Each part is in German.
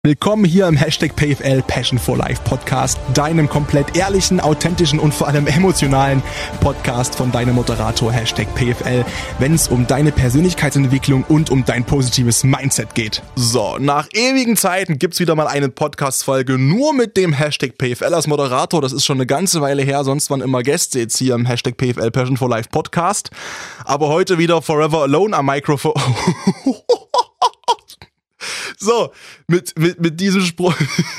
Willkommen hier im Hashtag PFL Passion for Life Podcast, deinem komplett ehrlichen, authentischen und vor allem emotionalen Podcast von deinem Moderator Hashtag PFL, wenn es um deine Persönlichkeitsentwicklung und um dein positives Mindset geht. So, nach ewigen Zeiten gibt's wieder mal eine Podcast-Folge nur mit dem Hashtag PFL als Moderator. Das ist schon eine ganze Weile her, sonst waren immer Gäste jetzt hier im Hashtag PFL Passion for Life Podcast. Aber heute wieder Forever Alone am Mikrofon. So, mit diesem Spruch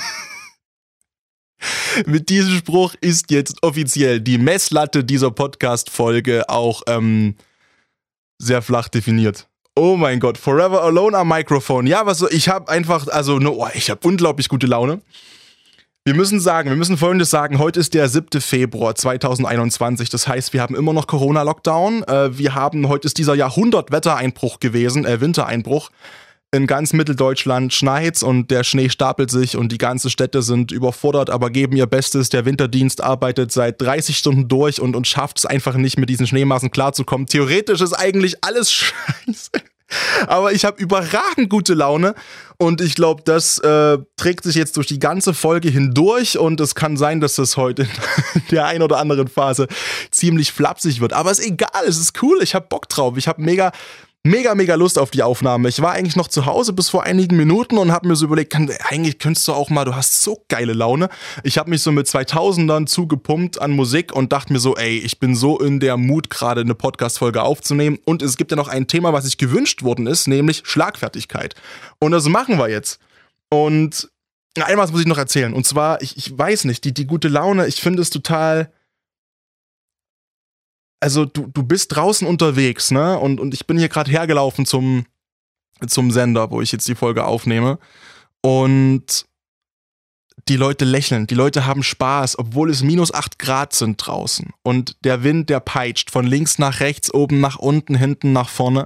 mit diesem Spruch ist jetzt offiziell die Messlatte dieser Podcast-Folge auch sehr flach definiert. Oh mein Gott, Forever Alone am Mikrofon. Ja, ich habe einfach, ich habe unglaublich gute Laune. Wir müssen Folgendes sagen, heute ist der 7. Februar 2021, das heißt, wir haben immer noch Corona-Lockdown. Heute ist dieser Jahrhundert-Wettereinbruch gewesen, Wintereinbruch. In ganz Mitteldeutschland schneit's und der Schnee stapelt sich und die ganzen Städte sind überfordert, aber geben ihr Bestes. Der Winterdienst arbeitet seit 30 Stunden durch und schafft es einfach nicht, mit diesen Schneemassen klarzukommen. Theoretisch ist eigentlich alles scheiße, aber ich habe überragend gute Laune und ich glaube, das trägt sich jetzt durch die ganze Folge hindurch und es kann sein, dass das heute in der einen oder anderen Phase ziemlich flapsig wird. Aber ist egal, es ist cool, ich habe Bock drauf, ich habe mega Lust auf die Aufnahme. Ich war eigentlich noch zu Hause bis vor einigen Minuten und habe mir so überlegt, eigentlich könntest du auch mal, du hast so geile Laune. Ich habe mich so mit 2000ern zugepumpt an Musik und dachte mir so, ich bin so in der Mut, gerade eine Podcast-Folge aufzunehmen. Und es gibt ja noch ein Thema, was sich gewünscht worden ist, nämlich Schlagfertigkeit. Und das machen wir jetzt. Und einmal muss ich noch erzählen. Und zwar, ich weiß nicht, die gute Laune, ich finde es total... Also du bist draußen unterwegs, ne? Und ich bin hier gerade hergelaufen zum Sender, wo ich jetzt die Folge aufnehme. Und die Leute lächeln, die Leute haben Spaß, obwohl es minus 8 Grad sind draußen. Und der Wind, der peitscht von links nach rechts, oben nach unten, hinten nach vorne.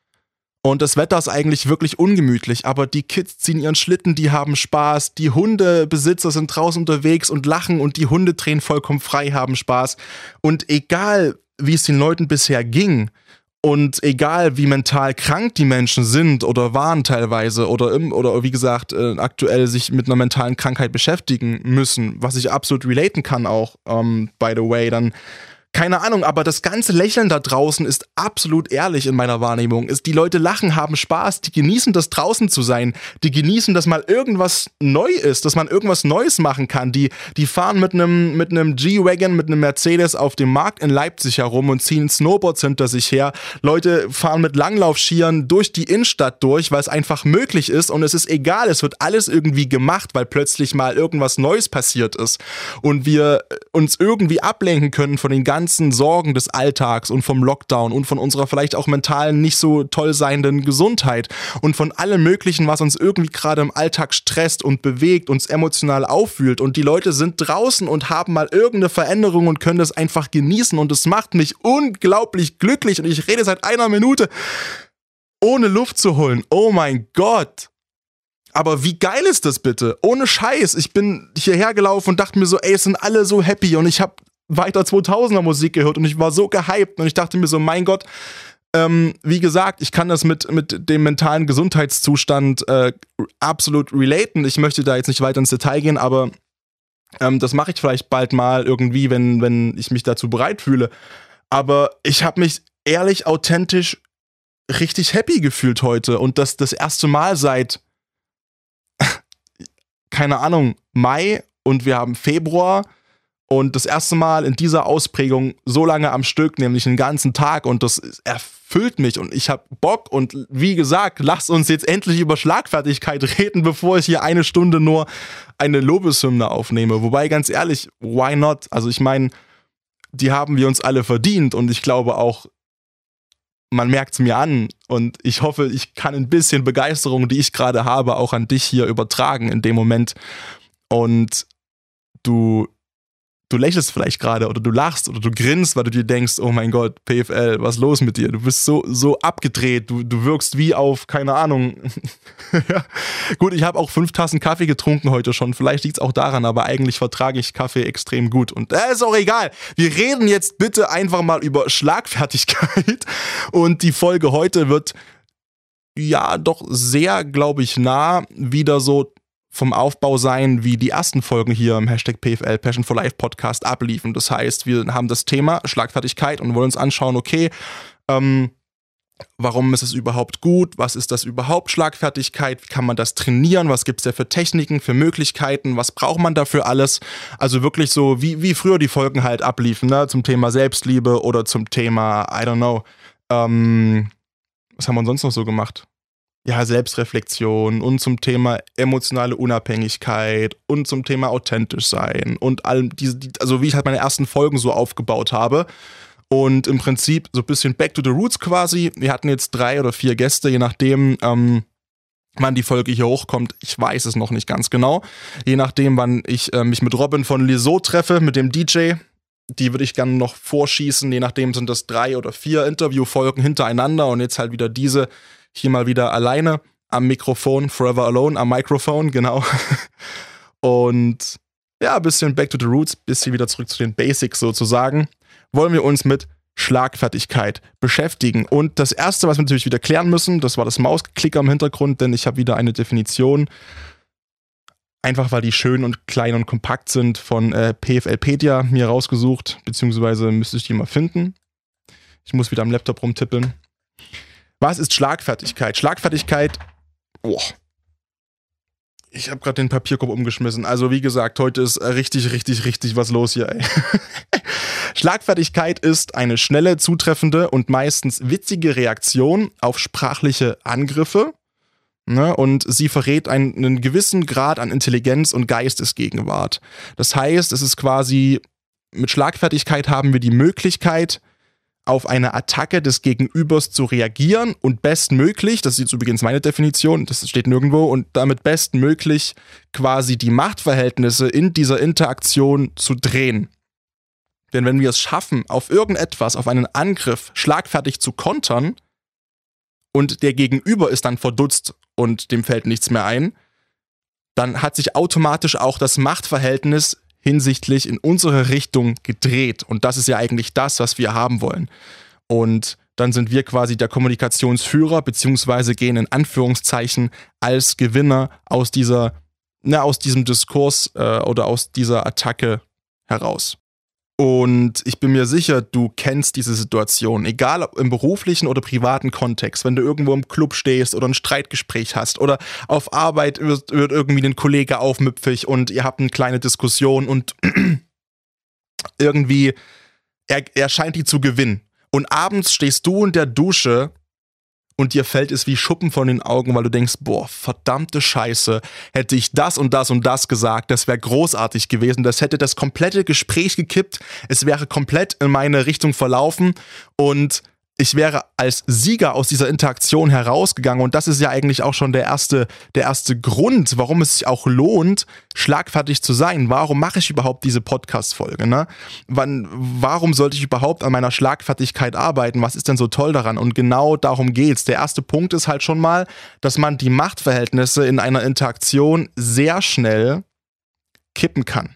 Und das Wetter ist eigentlich wirklich ungemütlich, aber die Kids ziehen ihren Schlitten, die haben Spaß, die Hundebesitzer sind draußen unterwegs und lachen und die Hunde drehen vollkommen frei, haben Spaß. Und egal, wie es den Leuten bisher ging und egal, wie mental krank die Menschen sind oder waren teilweise oder wie gesagt, aktuell sich mit einer mentalen Krankheit beschäftigen müssen, was ich absolut relaten kann auch, by the way, dann keine Ahnung, aber das ganze Lächeln da draußen ist absolut ehrlich in meiner Wahrnehmung. Die Leute lachen, haben Spaß, die genießen das draußen zu sein, die genießen, dass mal irgendwas neu ist, dass man irgendwas Neues machen kann. Die fahren mit einem G-Wagon, mit einem Mercedes auf dem Markt in Leipzig herum und ziehen Snowboards hinter sich her. Leute fahren mit Langlaufskiern durch die Innenstadt durch, weil es einfach möglich ist und es ist egal, es wird alles irgendwie gemacht, weil plötzlich mal irgendwas Neues passiert ist und wir uns irgendwie ablenken können von den ganzen Sorgen des Alltags und vom Lockdown und von unserer vielleicht auch mentalen nicht so toll seienden Gesundheit und von allem Möglichen, was uns irgendwie gerade im Alltag stresst und bewegt, uns emotional aufwühlt und die Leute sind draußen und haben mal irgendeine Veränderung und können das einfach genießen und es macht mich unglaublich glücklich und ich rede seit einer Minute ohne Luft zu holen. Oh mein Gott! Aber wie geil ist das bitte? Ohne Scheiß. Ich bin hierher gelaufen und dachte mir so, es sind alle so happy und ich habe weiter 2000er Musik gehört und ich war so gehypt und ich dachte mir so, mein Gott, wie gesagt, ich kann das mit dem mentalen Gesundheitszustand absolut relaten. Ich möchte da jetzt nicht weiter ins Detail gehen, aber das mache ich vielleicht bald mal irgendwie, wenn ich mich dazu bereit fühle. Aber ich habe mich ehrlich, authentisch richtig happy gefühlt heute und das erste Mal seit keine Ahnung, Mai und wir haben Februar und das erste Mal in dieser Ausprägung so lange am Stück, nämlich einen ganzen Tag und das erfüllt mich und ich habe Bock und wie gesagt, lasst uns jetzt endlich über Schlagfertigkeit reden, bevor ich hier eine Stunde nur eine Lobeshymne aufnehme. Wobei, ganz ehrlich, why not? Also ich meine, die haben wir uns alle verdient und ich glaube auch, man merkt es mir an und ich hoffe, ich kann ein bisschen Begeisterung, die ich gerade habe, auch an dich hier übertragen in dem Moment und du lächelst vielleicht gerade oder du lachst oder du grinst, weil du dir denkst, oh mein Gott, PFL, was ist los mit dir? Du bist so abgedreht, du wirkst wie auf, keine Ahnung. Ja. Gut, ich habe auch 5 Tassen Kaffee getrunken heute schon, vielleicht liegt es auch daran, aber eigentlich vertrage ich Kaffee extrem gut und ist auch egal. Wir reden jetzt bitte einfach mal über Schlagfertigkeit und die Folge heute wird ja doch sehr, glaube ich, nah wieder so vom Aufbau sein, wie die ersten Folgen hier im Hashtag PFL Passion for Life Podcast abliefen. Das heißt, wir haben das Thema Schlagfertigkeit und wollen uns anschauen, okay, warum ist es überhaupt gut? Was ist das überhaupt, Schlagfertigkeit? Wie kann man das trainieren? Was gibt es da für Techniken, für Möglichkeiten? Was braucht man dafür alles? Also wirklich so, wie früher die Folgen halt abliefen, ne? Zum Thema Selbstliebe oder zum Thema, I don't know, was haben wir sonst noch so gemacht? Ja, Selbstreflexion und zum Thema emotionale Unabhängigkeit und zum Thema authentisch sein und all diese, also wie ich halt meine ersten Folgen so aufgebaut habe. Und im Prinzip so ein bisschen back to the roots quasi. Wir hatten jetzt 3 oder 4 Gäste, je nachdem, wann die Folge hier hochkommt. Ich weiß es noch nicht ganz genau. Je nachdem, wann ich mich mit Robin von Liso treffe, mit dem DJ. Die würde ich gerne noch vorschießen. Je nachdem sind das 3 oder 4 Interviewfolgen hintereinander. Und jetzt halt wieder diese hier mal wieder alleine am Mikrofon. Forever alone am Mikrofon, genau. Und ja, ein bisschen back to the roots, bisschen wieder zurück zu den Basics sozusagen. Wollen wir uns mit Schlagfertigkeit beschäftigen. Und das Erste, was wir natürlich wieder klären müssen, das war das Mausklicker im Hintergrund, denn ich habe wieder eine Definition, einfach weil die schön und klein und kompakt sind, von PFLpedia mir rausgesucht, beziehungsweise müsste ich die mal finden. Ich muss wieder am Laptop rumtippeln. Was ist Schlagfertigkeit? Schlagfertigkeit, ich habe gerade den Papierkorb umgeschmissen. Also wie gesagt, heute ist richtig was los hier, ey. Schlagfertigkeit ist eine schnelle, zutreffende und meistens witzige Reaktion auf sprachliche Angriffe, ne? Und sie verrät einen gewissen Grad an Intelligenz und Geistesgegenwart. Das heißt, es ist quasi, mit Schlagfertigkeit haben wir die Möglichkeit, auf eine Attacke des Gegenübers zu reagieren und bestmöglich, das ist jetzt übrigens meine Definition, das steht nirgendwo, und damit bestmöglich quasi die Machtverhältnisse in dieser Interaktion zu drehen. Denn wenn wir es schaffen, auf irgendetwas, auf einen Angriff schlagfertig zu kontern und der Gegenüber ist dann verdutzt und dem fällt nichts mehr ein, dann hat sich automatisch auch das Machtverhältnis hinsichtlich in unsere Richtung gedreht. Und das ist ja eigentlich das, was wir haben wollen. Und dann sind wir quasi der Kommunikationsführer, beziehungsweise gehen in Anführungszeichen als Gewinner aus diesem Diskurs oder aus dieser Attacke heraus. Und ich bin mir sicher, du kennst diese Situation, egal ob im beruflichen oder privaten Kontext, wenn du irgendwo im Club stehst oder ein Streitgespräch hast oder auf Arbeit wird irgendwie ein Kollege aufmüpfig und ihr habt eine kleine Diskussion und irgendwie, er scheint die zu gewinnen. Und abends stehst du in der Dusche und dir fällt es wie Schuppen von den Augen, weil du denkst, boah, verdammte Scheiße, hätte ich das und das und das gesagt, das wäre großartig gewesen, das hätte das komplette Gespräch gekippt, es wäre komplett in meine Richtung verlaufen und ich wäre als Sieger aus dieser Interaktion herausgegangen. Und das ist ja eigentlich auch schon der erste Grund, warum es sich auch lohnt, schlagfertig zu sein. Warum mache ich überhaupt diese Podcast-Folge? Ne? Warum sollte ich überhaupt an meiner Schlagfertigkeit arbeiten? Was ist denn so toll daran? Und genau darum geht's. Der erste Punkt ist halt schon mal, dass man die Machtverhältnisse in einer Interaktion sehr schnell kippen kann.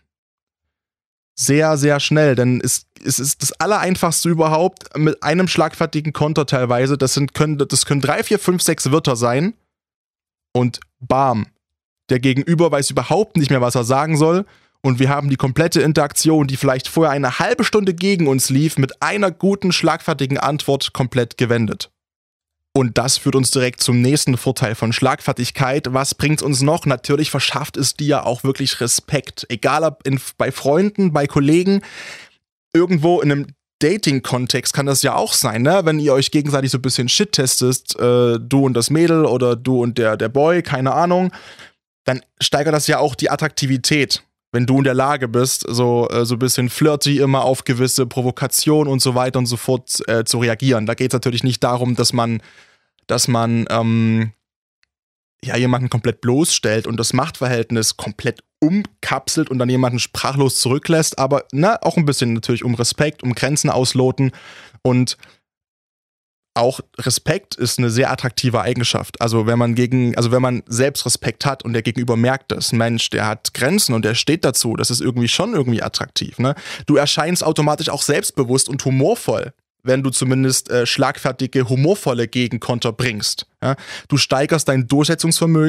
Sehr, sehr schnell, denn es ist das Allereinfachste überhaupt mit einem schlagfertigen Konter teilweise. Das können 3, 4, 5, 6 Wörter sein und bam, der Gegenüber weiß überhaupt nicht mehr, was er sagen soll und wir haben die komplette Interaktion, die vielleicht vorher eine halbe Stunde gegen uns lief, mit einer guten, schlagfertigen Antwort komplett gewendet. Und das führt uns direkt zum nächsten Vorteil von Schlagfertigkeit. Was bringt uns noch? Natürlich verschafft es dir auch wirklich Respekt. Egal ob bei Freunden, bei Kollegen, irgendwo in einem Dating-Kontext kann das ja auch sein, ne? Wenn ihr euch gegenseitig so ein bisschen Shit testet, du und das Mädel oder du und der Boy, keine Ahnung, dann steigert das ja auch die Attraktivität. Wenn du in der Lage bist, so ein bisschen flirty immer auf gewisse Provokationen und so weiter und so fort zu reagieren. Da geht es natürlich nicht darum, dass man jemanden komplett bloßstellt und das Machtverhältnis komplett umkapselt und dann jemanden sprachlos zurücklässt, aber auch ein bisschen natürlich um Respekt, um Grenzen ausloten und auch Respekt ist eine sehr attraktive Eigenschaft. Also wenn man Selbstrespekt hat und der Gegenüber merkt das, Mensch, der hat Grenzen und der steht dazu, das ist irgendwie attraktiv, ne? Du erscheinst automatisch auch selbstbewusst und humorvoll, wenn du zumindest schlagfertige, humorvolle Gegenkonter bringst. Ja? Du steigerst dein Durchsetzungsvermögen,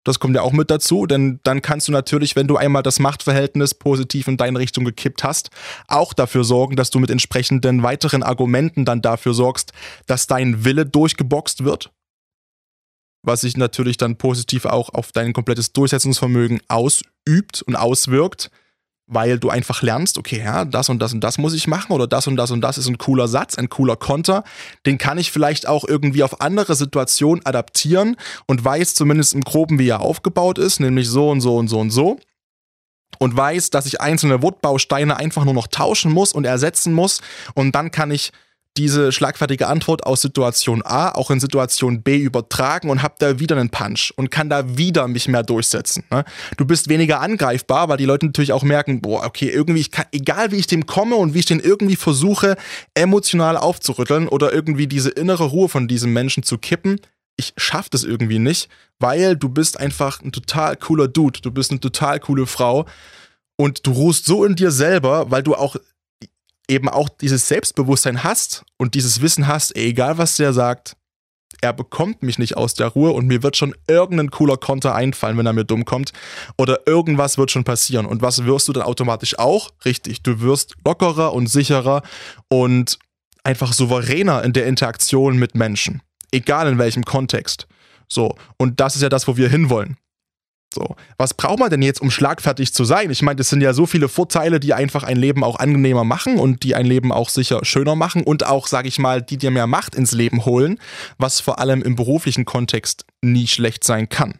Das kommt ja auch mit dazu, denn dann kannst du natürlich, wenn du einmal das Machtverhältnis positiv in deine Richtung gekippt hast, auch dafür sorgen, dass du mit entsprechenden weiteren Argumenten dann dafür sorgst, dass dein Wille durchgeboxt wird, was sich natürlich dann positiv auch auf dein komplettes Durchsetzungsvermögen ausübt und auswirkt, weil du einfach lernst, okay, ja, das und das und das muss ich machen oder das und das und das ist ein cooler Satz, ein cooler Konter, den kann ich vielleicht auch irgendwie auf andere Situationen adaptieren und weiß zumindest im Groben, wie er aufgebaut ist, nämlich so und so und so und so, und weiß, dass ich einzelne Wortbausteine einfach nur noch tauschen muss und ersetzen muss, und dann kann ich diese schlagfertige Antwort aus Situation A auch in Situation B übertragen und hab da wieder einen Punch und kann da wieder mich mehr durchsetzen. Ne? Du bist weniger angreifbar, weil die Leute natürlich auch merken, boah, okay, irgendwie, egal wie ich dem komme und wie ich den irgendwie versuche, emotional aufzurütteln oder irgendwie diese innere Ruhe von diesem Menschen zu kippen, ich schaff das irgendwie nicht, weil du bist einfach ein total cooler Dude, du bist eine total coole Frau und du ruhst so in dir selber, weil du auch eben auch dieses Selbstbewusstsein hast und dieses Wissen hast, ey, egal was der sagt, er bekommt mich nicht aus der Ruhe und mir wird schon irgendein cooler Konter einfallen, wenn er mir dumm kommt, oder irgendwas wird schon passieren. Und was wirst du dann automatisch auch? Richtig, du wirst lockerer und sicherer und einfach souveräner in der Interaktion mit Menschen, egal in welchem Kontext. So, und das ist ja das, wo wir hinwollen. So, was braucht man denn jetzt, um schlagfertig zu sein? Ich meine, das sind ja so viele Vorteile, die einfach ein Leben auch angenehmer machen und die ein Leben auch sicher schöner machen und auch, sage ich mal, die dir mehr Macht ins Leben holen, was vor allem im beruflichen Kontext nie schlecht sein kann.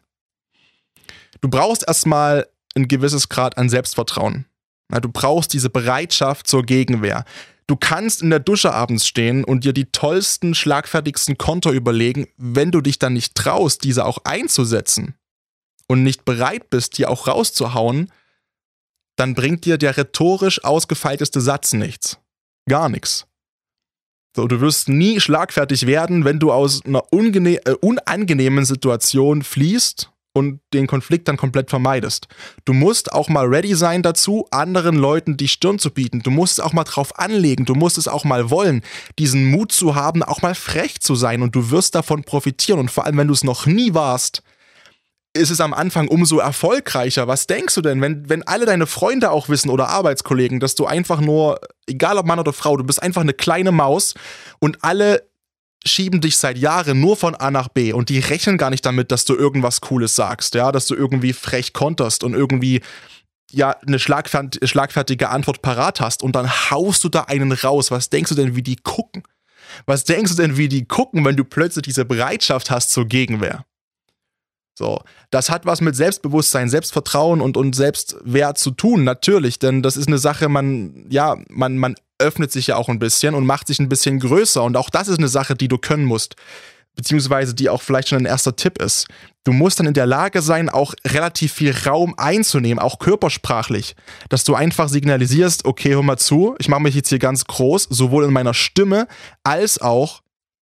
Du brauchst erstmal ein gewisses Grad an Selbstvertrauen. Du brauchst diese Bereitschaft zur Gegenwehr. Du kannst in der Dusche abends stehen und dir die tollsten, schlagfertigsten Konter überlegen, wenn du dich dann nicht traust, diese auch einzusetzen und nicht bereit bist, die auch rauszuhauen, dann bringt dir der rhetorisch ausgefeilteste Satz nichts. Gar nichts. So, du wirst nie schlagfertig werden, wenn du aus einer unangenehmen Situation fliehst und den Konflikt dann komplett vermeidest. Du musst auch mal ready sein dazu, anderen Leuten die Stirn zu bieten. Du musst es auch mal drauf anlegen. Du musst es auch mal wollen, diesen Mut zu haben, auch mal frech zu sein, und du wirst davon profitieren. Und vor allem, wenn du es noch nie warst, ist es am Anfang umso erfolgreicher. Was denkst du denn, wenn alle deine Freunde auch wissen oder Arbeitskollegen, dass du einfach nur, egal ob Mann oder Frau, du bist einfach eine kleine Maus und alle schieben dich seit Jahren nur von A nach B und die rechnen gar nicht damit, dass du irgendwas Cooles sagst, ja, dass du irgendwie frech konterst und irgendwie ja eine schlagfertige Antwort parat hast und dann haust du da einen raus. Was denkst du denn, wie die gucken? Was denkst du denn, wie die gucken, wenn du plötzlich diese Bereitschaft hast zur Gegenwehr? So, das hat was mit Selbstbewusstsein, Selbstvertrauen und Selbstwert zu tun, natürlich, denn das ist eine Sache, man öffnet sich ja auch ein bisschen und macht sich ein bisschen größer, und auch das ist eine Sache, die du können musst, beziehungsweise die auch vielleicht schon ein erster Tipp ist. Du musst dann in der Lage sein, auch relativ viel Raum einzunehmen, auch körpersprachlich, dass du einfach signalisierst, okay, hör mal zu, ich mache mich jetzt hier ganz groß, sowohl in meiner Stimme als auch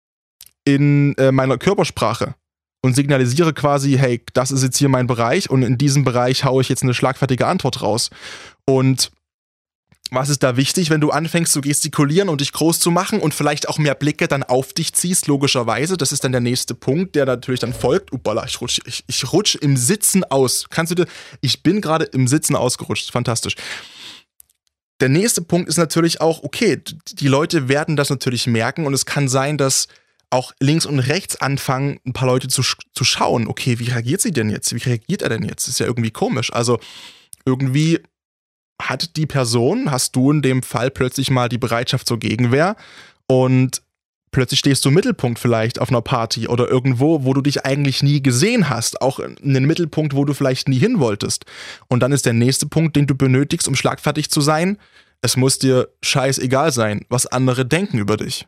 in meiner Körpersprache. Und signalisiere quasi, hey, das ist jetzt hier mein Bereich und in diesem Bereich haue ich jetzt eine schlagfertige Antwort raus. Und was ist da wichtig, wenn du anfängst zu gestikulieren und dich groß zu machen und vielleicht auch mehr Blicke dann auf dich ziehst, logischerweise. Das ist dann der nächste Punkt, der natürlich dann folgt. Uppala, ich rutsch im Sitzen aus. Ich bin gerade im Sitzen ausgerutscht. Fantastisch. Der nächste Punkt ist natürlich auch, okay, die Leute werden das natürlich merken und es kann sein, dass auch links und rechts anfangen, ein paar Leute zu schauen, okay, wie reagiert sie denn jetzt? Wie reagiert er denn jetzt? Das ist ja irgendwie komisch. Also irgendwie hast du in dem Fall plötzlich mal die Bereitschaft zur Gegenwehr und plötzlich stehst du im Mittelpunkt vielleicht auf einer Party oder irgendwo, wo du dich eigentlich nie gesehen hast, auch in einem Mittelpunkt, wo du vielleicht nie hin wolltest. Und dann ist der nächste Punkt, den du benötigst, um schlagfertig zu sein, es muss dir scheißegal sein, was andere denken über dich.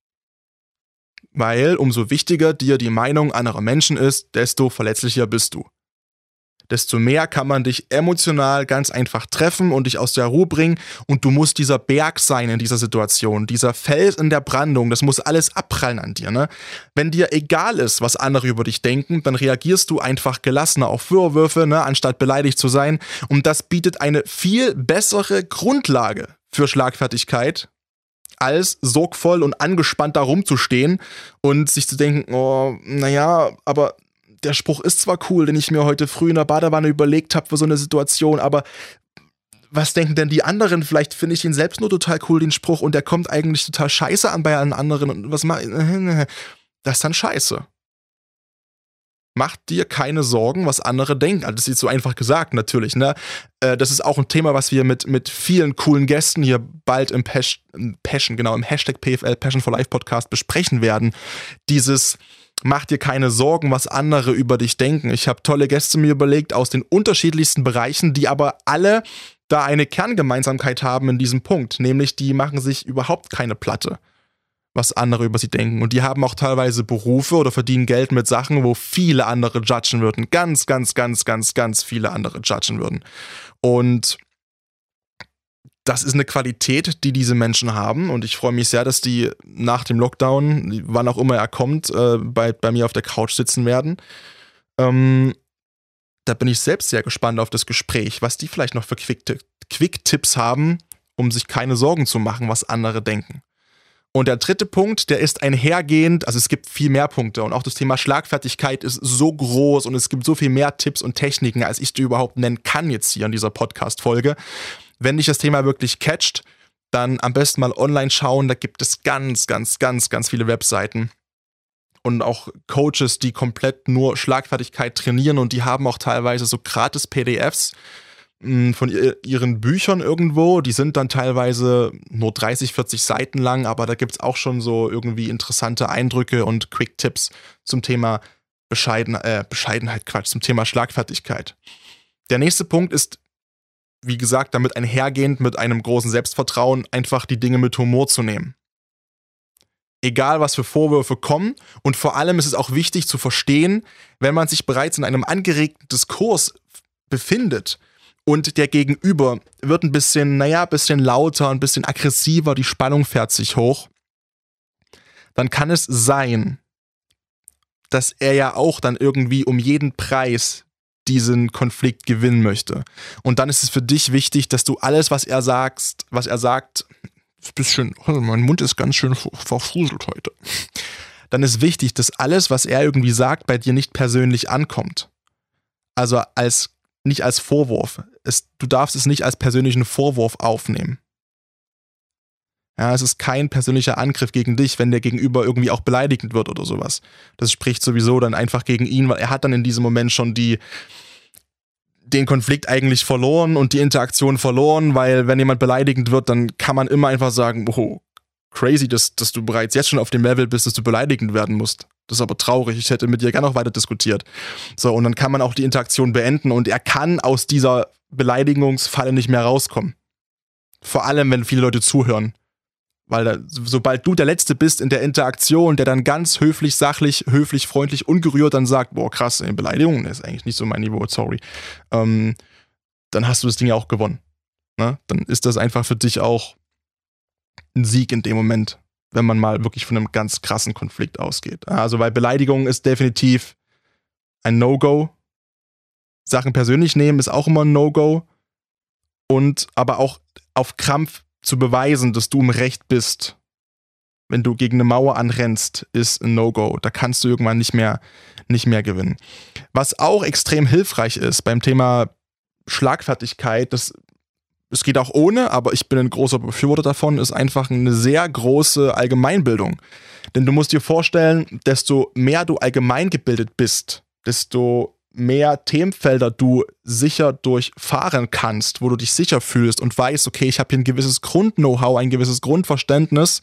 Weil umso wichtiger dir die Meinung anderer Menschen ist, desto verletzlicher bist du. Desto mehr kann man dich emotional ganz einfach treffen und dich aus der Ruhe bringen, und du musst dieser Berg sein in dieser Situation, dieser Fels in der Brandung, das muss alles abprallen an dir. Ne? Wenn dir egal ist, was andere über dich denken, dann reagierst du einfach gelassener auf Vorwürfe, ne, anstatt beleidigt zu sein, und das bietet eine viel bessere Grundlage für Schlagfertigkeit, als sorgvoll und angespannt da rumzustehen und sich zu denken, oh, naja, aber der Spruch ist zwar cool, den ich mir heute früh in der Badewanne überlegt habe für so eine Situation, aber was denken denn die anderen? Vielleicht finde ich ihn selbst nur total cool, den Spruch, und der kommt eigentlich total scheiße an bei allen anderen. Und was mache ich? Das ist dann scheiße. Mach dir keine Sorgen, was andere denken. Also das ist jetzt so einfach gesagt, natürlich, ne? Das ist auch ein Thema, was wir mit vielen coolen Gästen hier bald im Passion, genau, im Hashtag PFL Passion for Life Podcast besprechen werden. Dieses mach dir keine Sorgen, was andere über dich denken. Ich habe tolle Gäste mir überlegt aus den unterschiedlichsten Bereichen, die aber alle da eine Kerngemeinsamkeit haben in diesem Punkt. Nämlich, die machen sich überhaupt keine Platte, was andere über sie denken. Und die haben auch teilweise Berufe oder verdienen Geld mit Sachen, wo viele andere judgen würden. Ganz, ganz, ganz, ganz, ganz viele andere judgen würden. Und das ist eine Qualität, die diese Menschen haben. Und ich freue mich sehr, dass die nach dem Lockdown, wann auch immer er kommt, bei mir auf der Couch sitzen werden. Da bin ich selbst sehr gespannt auf das Gespräch, was die vielleicht noch für Quick-Tipps haben, um sich keine Sorgen zu machen, was andere denken. Und der dritte Punkt, der ist einhergehend, also es gibt viel mehr Punkte und auch das Thema Schlagfertigkeit ist so groß und es gibt so viel mehr Tipps und Techniken, als ich dir überhaupt nennen kann jetzt hier in dieser Podcast-Folge. Wenn dich das Thema wirklich catcht, dann am besten mal online schauen, da gibt es ganz, ganz, ganz, ganz viele Webseiten und auch Coaches, die komplett nur Schlagfertigkeit trainieren, und die haben auch teilweise so gratis PDFs von ihren Büchern irgendwo. Die sind dann teilweise nur 30, 40 Seiten lang, aber da gibt es auch schon so irgendwie interessante Eindrücke und Quick-Tipps zum Thema zum Thema Schlagfertigkeit. Der nächste Punkt ist, wie gesagt, damit einhergehend mit einem großen Selbstvertrauen, einfach die Dinge mit Humor zu nehmen. Egal, was für Vorwürfe kommen, und vor allem ist es auch wichtig zu verstehen, wenn man sich bereits in einem angeregten Diskurs befindet und der Gegenüber wird ein bisschen lauter, ein bisschen aggressiver, die Spannung fährt sich hoch, dann kann es sein, dass er ja auch dann irgendwie um jeden Preis diesen Konflikt gewinnen möchte. Und dann ist es für dich wichtig, dass du alles, was er sagt, mein Mund ist ganz schön verfuselt heute. Dann ist wichtig, dass alles, was er irgendwie sagt, bei dir nicht persönlich ankommt. Also nicht als Vorwurf. Du darfst es nicht als persönlichen Vorwurf aufnehmen. Ja, es ist kein persönlicher Angriff gegen dich, wenn der Gegenüber irgendwie auch beleidigend wird oder sowas. Das spricht sowieso dann einfach gegen ihn, weil er hat dann in diesem Moment schon den Konflikt eigentlich verloren und die Interaktion verloren, weil wenn jemand beleidigend wird, dann kann man immer einfach sagen, oh, crazy, dass du bereits jetzt schon auf dem Level bist, dass du beleidigend werden musst. Das ist aber traurig, ich hätte mit dir gerne noch weiter diskutiert. So, und dann kann man auch die Interaktion beenden und er kann aus dieser Beleidigungsfalle nicht mehr rauskommen. Vor allem, wenn viele Leute zuhören. Weil sobald du der Letzte bist in der Interaktion, der dann ganz höflich, sachlich, höflich, freundlich, ungerührt dann sagt, boah krass, eine Beleidigung ist eigentlich nicht so mein Niveau, sorry. Dann hast du das Ding ja auch gewonnen. Ne? Dann ist das einfach für dich auch ein Sieg in dem Moment, wenn man mal wirklich von einem ganz krassen Konflikt ausgeht. Also weil Beleidigung ist definitiv ein No-Go. Sachen persönlich nehmen ist auch immer ein No-Go. Und aber auch auf Krampf zu beweisen, dass du im Recht bist, wenn du gegen eine Mauer anrennst, ist ein No-Go. Da kannst du irgendwann nicht mehr gewinnen. Was auch extrem hilfreich ist beim Thema Schlagfertigkeit, es geht auch ohne, aber ich bin ein großer Befürworter davon, ist einfach eine sehr große Allgemeinbildung. Denn du musst dir vorstellen, desto mehr du allgemein gebildet bist, desto mehr Themenfelder du sicher durchfahren kannst, wo du dich sicher fühlst und weißt, okay, ich habe hier ein gewisses Grund-Know-how, ein gewisses Grundverständnis,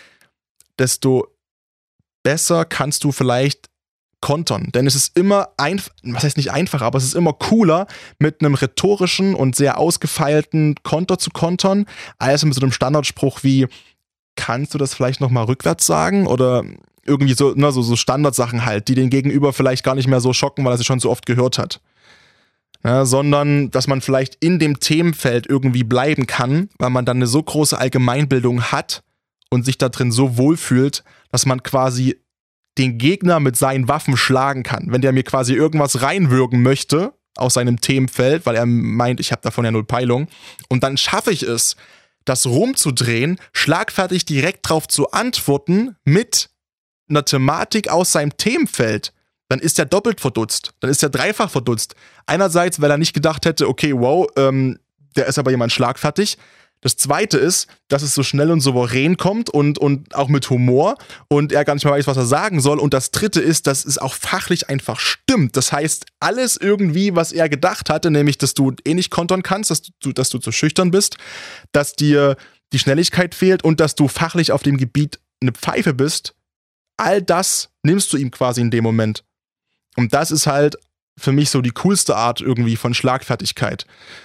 desto besser kannst du vielleicht kontern. Denn es ist immer was heißt nicht einfach, aber es ist immer cooler, mit einem rhetorischen und sehr ausgefeilten Konter zu kontern, als mit so einem Standardspruch wie, kannst du das vielleicht nochmal rückwärts sagen? Oder irgendwie so Standardsachen halt, die den Gegenüber vielleicht gar nicht mehr so schocken, weil er sie schon so oft gehört hat. Ja, sondern, dass man vielleicht in dem Themenfeld irgendwie bleiben kann, weil man dann eine so große Allgemeinbildung hat und sich da drin so wohlfühlt, dass man quasi den Gegner mit seinen Waffen schlagen kann. Wenn der mir quasi irgendwas reinwürgen möchte aus seinem Themenfeld, weil er meint, ich habe davon ja null Peilung, und dann schaffe ich es, das rumzudrehen, schlagfertig direkt drauf zu antworten mit einer Thematik aus seinem Themenfeld, dann ist er doppelt verdutzt, dann ist er dreifach verdutzt. Einerseits, weil er nicht gedacht hätte, okay, wow, der ist aber jemand schlagfertig. Das Zweite ist, dass es so schnell und souverän kommt und auch mit Humor und er gar nicht mehr weiß, was er sagen soll. Und das Dritte ist, dass es auch fachlich einfach stimmt. Das heißt, alles irgendwie, was er gedacht hatte, nämlich, dass du eh nicht kontern kannst, dass du zu schüchtern bist, dass dir die Schnelligkeit fehlt und dass du fachlich auf dem Gebiet eine Pfeife bist, all das nimmst du ihm quasi in dem Moment. Und das ist halt für mich so die coolste Art irgendwie von Schlagfertigkeit.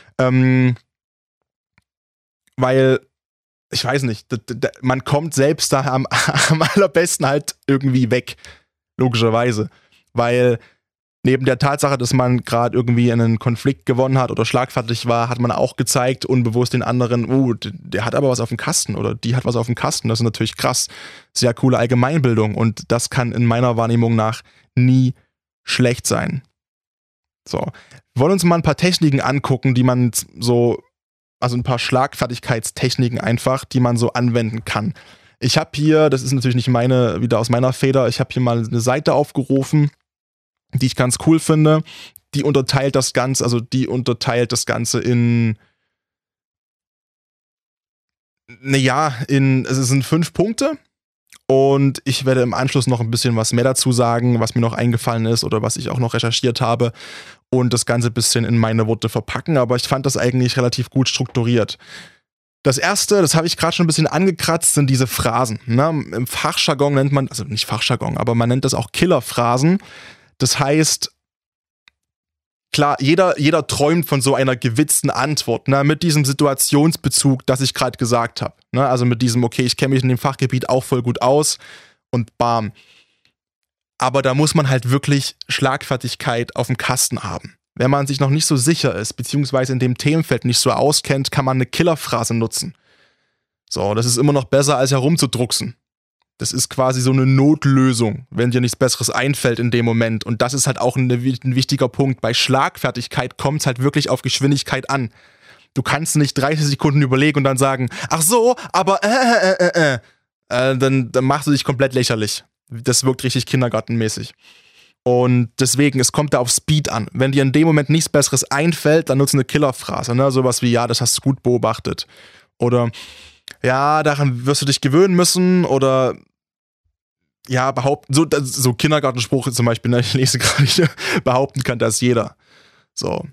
Weil, ich weiß nicht, man kommt selbst da am allerbesten halt irgendwie weg, logischerweise. Weil neben der Tatsache, dass man gerade irgendwie einen Konflikt gewonnen hat oder schlagfertig war, hat man auch gezeigt, unbewusst den anderen, der hat aber was auf dem Kasten oder die hat was auf dem Kasten. Das ist natürlich krass. Sehr coole Allgemeinbildung und das kann in meiner Wahrnehmung nach nie schlecht sein. So, wir wollen uns mal ein paar Techniken angucken, die man so, also ein paar Schlagfertigkeitstechniken einfach, die man so anwenden kann. Ich habe hier, das ist natürlich nicht wieder aus meiner Feder, ich habe hier mal eine Seite aufgerufen, die ich ganz cool finde. Die unterteilt das Ganze in, es sind 5 Punkte. Und ich werde im Anschluss noch ein bisschen was mehr dazu sagen, was mir noch eingefallen ist oder was ich auch noch recherchiert habe und das Ganze ein bisschen in meine Worte verpacken. Aber ich fand das eigentlich relativ gut strukturiert. Das erste, das habe ich gerade schon ein bisschen angekratzt, sind diese Phrasen. Ne? Im Fachjargon nennt man, also nicht Fachjargon, aber man nennt das auch Killerphrasen. Das heißt, klar, jeder träumt von so einer gewitzten Antwort, ne, mit diesem Situationsbezug, das ich gerade gesagt habe. Ne, also mit diesem, okay, ich kenne mich in dem Fachgebiet auch voll gut aus und bam. Aber da muss man halt wirklich Schlagfertigkeit auf dem Kasten haben. Wenn man sich noch nicht so sicher ist, beziehungsweise in dem Themenfeld nicht so auskennt, kann man eine Killerphrase nutzen. So, das ist immer noch besser, als herumzudrucksen. Das ist quasi so eine Notlösung, wenn dir nichts Besseres einfällt in dem Moment. Und das ist halt auch ein wichtiger Punkt. Bei Schlagfertigkeit kommt es halt wirklich auf Geschwindigkeit an. Du kannst nicht 30 Sekunden überlegen und dann sagen, ach so, aber dann machst du dich komplett lächerlich. Das wirkt richtig kindergartenmäßig. Und deswegen, es kommt da auf Speed an. Wenn dir in dem Moment nichts Besseres einfällt, dann nutze eine Killerphrase. Ne? Sowas wie, ja, das hast du gut beobachtet. Oder ja, daran wirst du dich gewöhnen müssen oder ja, behaupten, so Kindergartenspruch zum Beispiel, ne, ich lese gerade hier, behaupten kann das jeder. So.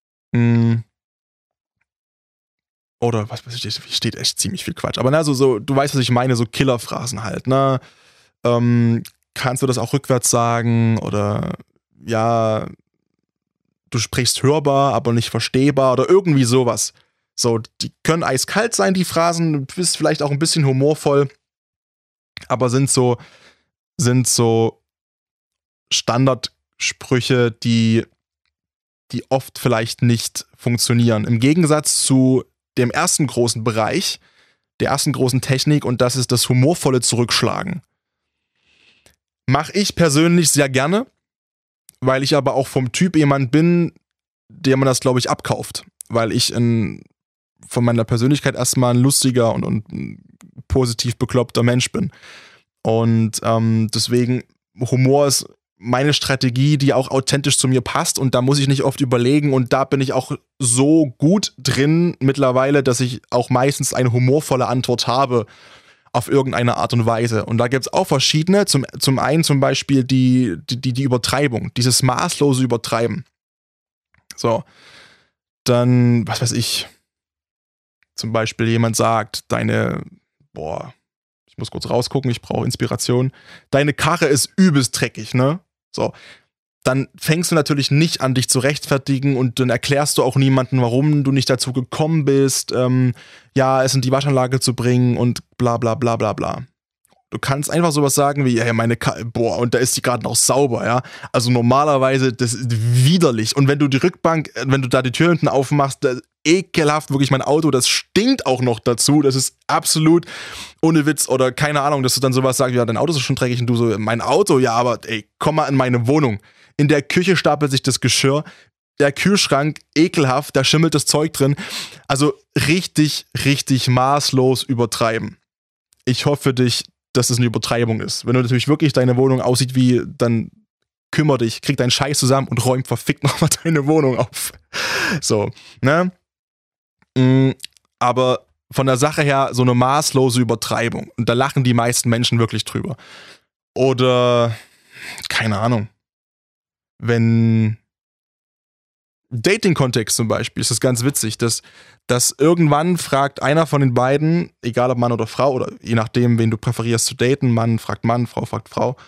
Oder was weiß ich, hier steht echt ziemlich viel Quatsch. Aber na, so, du weißt, was ich meine, so Killerphrasen halt, ne? Kannst du das auch rückwärts sagen oder ja, du sprichst hörbar, aber nicht verstehbar oder irgendwie sowas. So, die können eiskalt sein, die Phrasen, bist vielleicht auch ein bisschen humorvoll, aber sind so Standardsprüche, die oft vielleicht nicht funktionieren. Im Gegensatz zu dem ersten großen Bereich, der ersten großen Technik, und das ist das humorvolle Zurückschlagen. Mache ich persönlich sehr gerne, weil ich aber auch vom Typ jemand bin, der man das, glaube ich, abkauft. Weil ich von meiner Persönlichkeit erstmal ein lustiger und positiv bekloppter Mensch bin. Und deswegen, Humor ist meine Strategie, die auch authentisch zu mir passt und da muss ich nicht oft überlegen und da bin ich auch so gut drin mittlerweile, dass ich auch meistens eine humorvolle Antwort habe auf irgendeine Art und Weise. Und da gibt es auch verschiedene. Zum einen zum Beispiel die Übertreibung, dieses maßlose Übertreiben. So, dann, was weiß ich, zum Beispiel jemand sagt, ich muss kurz rausgucken, ich brauche Inspiration. Deine Karre ist übelst dreckig, ne? So. Dann fängst du natürlich nicht an, dich zu rechtfertigen und dann erklärst du auch niemandem, warum du nicht dazu gekommen bist, es in die Waschanlage zu bringen und bla bla bla bla bla. Du kannst einfach sowas sagen wie, ja, meine Karre, und da ist die gerade noch sauber, ja. Also normalerweise, das ist widerlich. Und wenn du wenn du da die Tür hinten aufmachst, ekelhaft, wirklich mein Auto, das stinkt auch noch dazu, das ist absolut ohne Witz oder keine Ahnung, dass du dann sowas sagst, ja, dein Auto ist schon dreckig und du so, mein Auto, ja, aber ey, komm mal in meine Wohnung. In der Küche stapelt sich das Geschirr, der Kühlschrank, ekelhaft, da schimmelt das Zeug drin. Also richtig, richtig maßlos übertreiben. Ich hoffe dass es eine Übertreibung ist. Wenn du natürlich wirklich deine Wohnung aussieht wie, dann kümmer dich, krieg deinen Scheiß zusammen und räum verfickt nochmal deine Wohnung auf. So, ne? Aber von der Sache her so eine maßlose Übertreibung. Und da lachen die meisten Menschen wirklich drüber. Oder, keine Ahnung, wenn Dating-Kontext zum Beispiel, ist das ganz witzig, dass irgendwann fragt einer von den beiden, egal ob Mann oder Frau, oder je nachdem, wen du präferierst zu daten, Mann, Frau fragt Frau,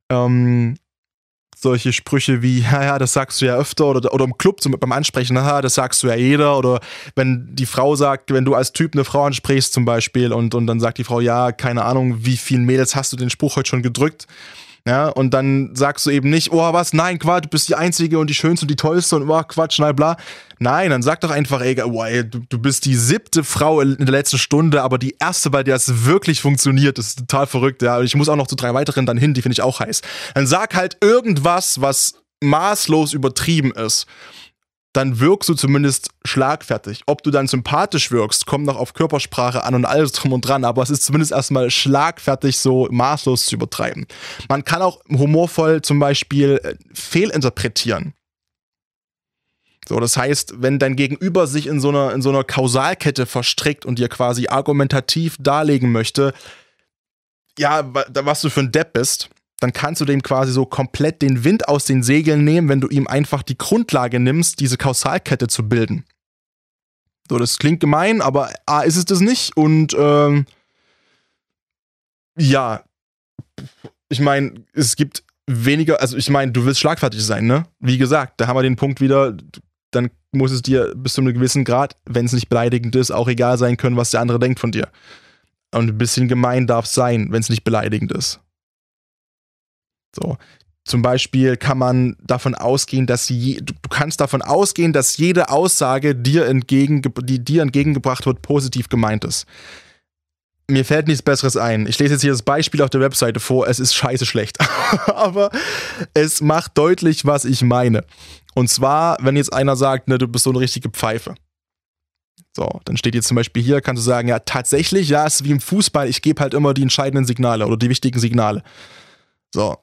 solche Sprüche wie, ja, das sagst du ja öfter, oder im Club beim Ansprechen, das sagst du ja jeder, oder wenn die Frau sagt, wenn du als Typ eine Frau ansprichst zum Beispiel und dann sagt die Frau, ja, keine Ahnung, wie vielen Mädels hast du den Spruch heute schon gedrückt? Ja, und dann sagst du eben nicht, oh, was, nein, Quatsch, du bist die Einzige und die Schönste und die Tollste und oh, Quatsch, nein, bla. Nein, dann sag doch einfach, ey, du bist die 7. Frau in der letzten Stunde, aber die erste, bei der es wirklich funktioniert, das ist total verrückt, ja. Ich muss auch noch zu 3 weiteren dann hin, die finde ich auch heiß. Dann sag halt irgendwas, was maßlos übertrieben ist. Dann wirkst du zumindest schlagfertig. Ob du dann sympathisch wirkst, kommt noch auf Körpersprache an und alles drum und dran, aber es ist zumindest erstmal schlagfertig, so maßlos zu übertreiben. Man kann auch humorvoll zum Beispiel fehlinterpretieren. So, das heißt, wenn dein Gegenüber sich in so einer Kausalkette verstrickt und dir quasi argumentativ darlegen möchte, ja, was du für ein Depp bist, dann kannst du dem quasi so komplett den Wind aus den Segeln nehmen, wenn du ihm einfach die Grundlage nimmst, diese Kausalkette zu bilden. So, das klingt gemein, aber A, ist es das nicht und ja, ich meine, es gibt weniger, also ich meine, du willst schlagfertig sein, ne? Wie gesagt, da haben wir den Punkt wieder, dann muss es dir bis zu einem gewissen Grad, wenn es nicht beleidigend ist, auch egal sein können, was der andere denkt von dir. Und ein bisschen gemein darf es sein, wenn es nicht beleidigend ist. So, zum Beispiel kann man davon ausgehen, dass du kannst davon ausgehen, dass jede Aussage, die dir entgegengebracht wird, positiv gemeint ist. Mir fällt nichts Besseres ein. Ich lese jetzt hier das Beispiel auf der Webseite vor, es ist scheiße schlecht. Aber es macht deutlich, was ich meine. Und zwar, wenn jetzt einer sagt, ne, du bist so eine richtige Pfeife. So, dann steht jetzt zum Beispiel hier, kannst du sagen, ja, tatsächlich, ja, es ist wie im Fußball, ich gebe halt immer die entscheidenden Signale oder die wichtigen Signale. So.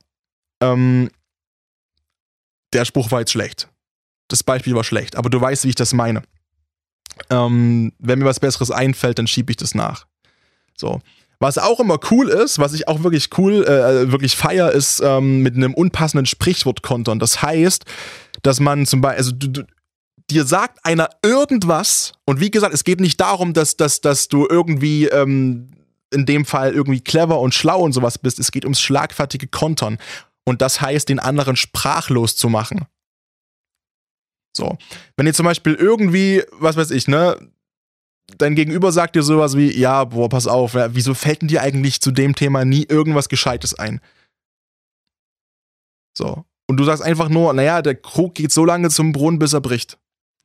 Der Spruch war jetzt schlecht. Das Beispiel war schlecht, aber du weißt, wie ich das meine. Wenn mir was Besseres einfällt, dann schiebe ich das nach. So. Was auch immer cool ist, was ich auch wirklich wirklich feier, ist mit einem unpassenden Sprichwort kontern. Das heißt, dass man zum Beispiel, also dir sagt einer irgendwas, und wie gesagt, es geht nicht darum, dass du irgendwie in dem Fall irgendwie clever und schlau und sowas bist. Es geht ums schlagfertige Kontern. Und das heißt, den anderen sprachlos zu machen. So. Wenn ihr zum Beispiel irgendwie, was weiß ich, ne, dein Gegenüber sagt dir sowas wie, ja, boah, pass auf, ja, wieso fällt denn dir eigentlich zu dem Thema nie irgendwas Gescheites ein? So. Und du sagst einfach nur, naja, der Krug geht so lange zum Brunnen, bis er bricht.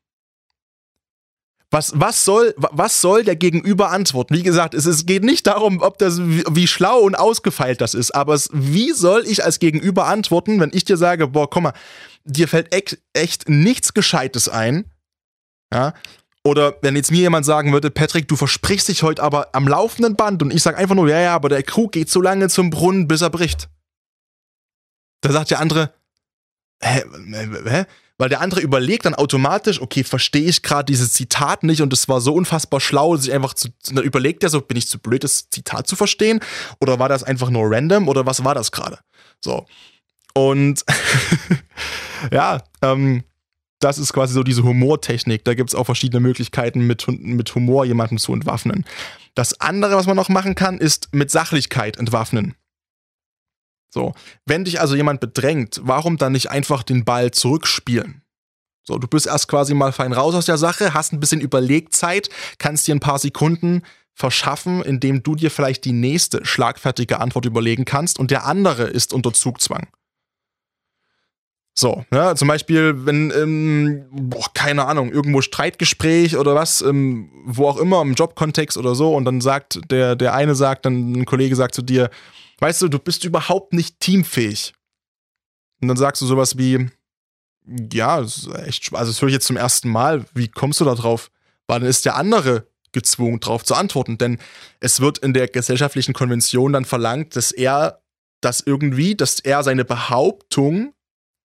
Was soll der Gegenüber antworten? Wie gesagt, es geht nicht darum, ob das wie schlau und ausgefeilt das ist, aber wie soll ich als Gegenüber antworten, wenn ich dir sage, boah, komm mal, dir fällt echt nichts Gescheites ein, ja? Oder wenn jetzt mir jemand sagen würde, Patrick, du versprichst dich heute aber am laufenden Band und ich sag einfach nur, ja, aber der Krug geht so lange zum Brunnen, bis er bricht. Da sagt der andere, hä? Weil der andere überlegt dann automatisch, okay, verstehe ich gerade dieses Zitat nicht und es war so unfassbar schlau, dass ich einfach dann überlegt er so, bin ich zu blöd, das Zitat zu verstehen? Oder war das einfach nur random? Oder was war das gerade? So. Und ja, das ist quasi so diese Humortechnik. Da gibt es auch verschiedene Möglichkeiten, mit Humor jemanden zu entwaffnen. Das andere, was man noch machen kann, ist mit Sachlichkeit entwaffnen. So, wenn dich also jemand bedrängt, warum dann nicht einfach den Ball zurückspielen? So, du bist erst quasi mal fein raus aus der Sache, hast ein bisschen Überlegzeit, kannst dir ein paar Sekunden verschaffen, indem du dir vielleicht die nächste schlagfertige Antwort überlegen kannst und der andere ist unter Zugzwang. So, ne, zum Beispiel, wenn, keine Ahnung, irgendwo Streitgespräch oder was, wo auch immer, im Jobkontext oder so, und dann sagt der eine sagt, dann ein Kollege sagt zu dir, weißt du, du bist überhaupt nicht teamfähig. Und dann sagst du sowas wie, ja, das ist echt, also das höre ich jetzt zum ersten Mal, wie kommst du da drauf? Weil dann ist der andere gezwungen, drauf zu antworten, denn es wird in der gesellschaftlichen Konvention dann verlangt, dass er seine Behauptung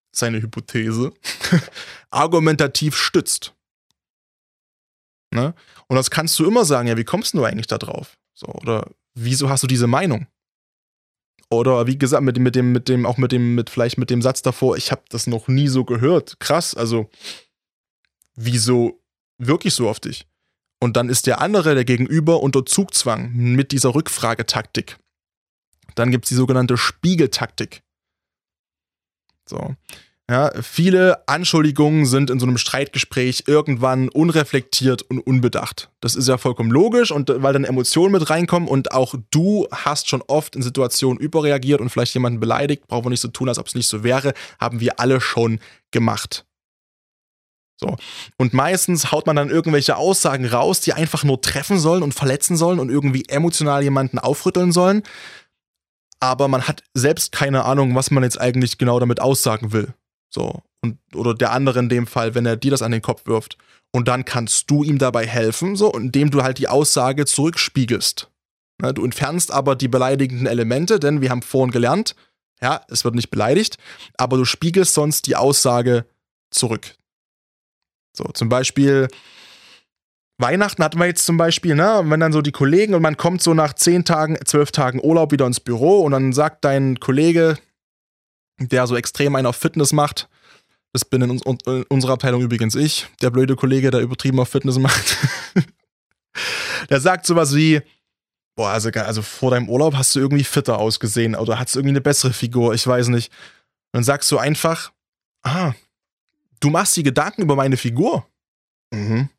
seine Hypothese argumentativ stützt. Ne? Und das kannst du immer sagen, ja, wie kommst du eigentlich da drauf? So, oder wieso hast du diese Meinung? Oder wie gesagt, vielleicht mit dem Satz davor, ich habe das noch nie so gehört. Krass, also wieso wirklich so auf dich? Und dann ist der andere, der Gegenüber, unter Zugzwang mit dieser Rückfragetaktik. Dann gibt es die sogenannte Spiegeltaktik. So. Ja, viele Anschuldigungen sind in so einem Streitgespräch irgendwann unreflektiert und unbedacht. Das ist ja vollkommen logisch, und weil dann Emotionen mit reinkommen und auch du hast schon oft in Situationen überreagiert und vielleicht jemanden beleidigt, brauchen wir nicht so tun, als ob es nicht so wäre, haben wir alle schon gemacht. So. Und meistens haut man dann irgendwelche Aussagen raus, die einfach nur treffen sollen und verletzen sollen und irgendwie emotional jemanden aufrütteln sollen. Aber man hat selbst keine Ahnung, was man jetzt eigentlich genau damit aussagen will. So. Oder der andere in dem Fall, wenn er dir das an den Kopf wirft. Und dann kannst du ihm dabei helfen, so, indem du halt die Aussage zurückspiegelst. Ja, du entfernst aber die beleidigenden Elemente, denn wir haben vorhin gelernt, ja, es wird nicht beleidigt, aber du spiegelst sonst die Aussage zurück. So, zum Beispiel Weihnachten hatten wir jetzt zum Beispiel, ne, wenn dann so die Kollegen und man kommt so nach 10 Tagen, 12 Tagen Urlaub wieder ins Büro und dann sagt dein Kollege, der so extrem einen auf Fitness macht, das bin in unserer Abteilung übrigens ich, der blöde Kollege, der übertrieben auf Fitness macht, der sagt sowas wie, boah, also vor deinem Urlaub hast du irgendwie fitter ausgesehen oder hast du irgendwie eine bessere Figur, ich weiß nicht. Und dann sagst du einfach, du machst dir Gedanken über meine Figur? Mhm.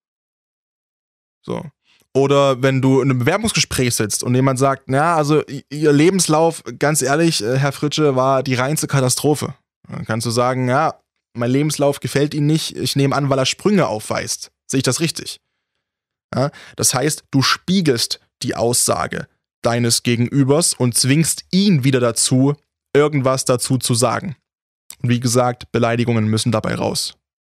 So. Oder wenn du in einem Bewerbungsgespräch sitzt und jemand sagt, na, also ihr Lebenslauf, ganz ehrlich, Herr Fritsche, war die reinste Katastrophe. Dann kannst du sagen, ja, mein Lebenslauf gefällt Ihnen nicht, ich nehme an, weil er Sprünge aufweist. Sehe ich das richtig? Ja, das heißt, du spiegelst die Aussage deines Gegenübers und zwingst ihn wieder dazu, irgendwas dazu zu sagen. Und wie gesagt, Beleidigungen müssen dabei raus.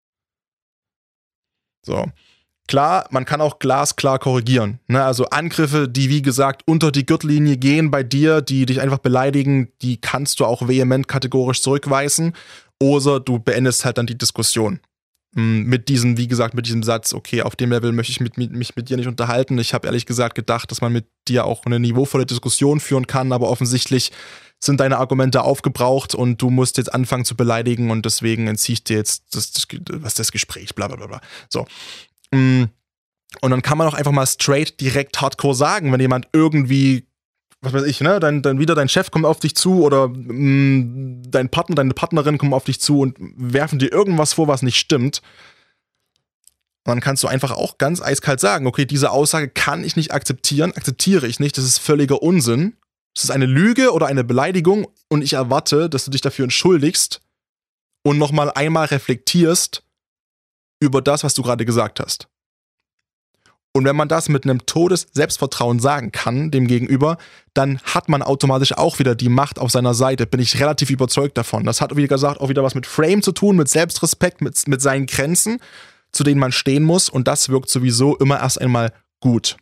So. Klar, man kann auch glasklar korrigieren. Ne? Also Angriffe, die wie gesagt unter die Gürtellinie gehen bei dir, die dich einfach beleidigen, die kannst du auch vehement kategorisch zurückweisen. Oder du beendest halt dann die Diskussion. Mit diesem, wie gesagt, mit diesem Satz, okay, auf dem Level möchte ich mich mit dir nicht unterhalten. Ich habe ehrlich gesagt gedacht, dass man mit dir auch eine niveauvolle Diskussion führen kann, aber offensichtlich sind deine Argumente aufgebraucht und du musst jetzt anfangen zu beleidigen und deswegen entziehe ich dir jetzt das Gespräch, bla bla bla bla. So. Und dann kann man auch einfach mal straight direkt hardcore sagen, wenn jemand irgendwie, was weiß ich, ne, dein Chef kommt auf dich zu oder dein Partner, deine Partnerin kommen auf dich zu und werfen dir irgendwas vor, was nicht stimmt. Und dann kannst du einfach auch ganz eiskalt sagen, okay, diese Aussage kann ich nicht akzeptieren, akzeptiere ich nicht, das ist völliger Unsinn. Das ist eine Lüge oder eine Beleidigung und ich erwarte, dass du dich dafür entschuldigst und nochmal einmal reflektierst über das, was du gerade gesagt hast. Und wenn man das mit einem Todes-Selbstvertrauen sagen kann, dem Gegenüber, dann hat man automatisch auch wieder die Macht auf seiner Seite. Bin ich relativ überzeugt davon. Das hat, wie gesagt, auch wieder was mit Frame zu tun, mit Selbstrespekt, mit seinen Grenzen, zu denen man stehen muss. Und das wirkt sowieso immer erst einmal gut.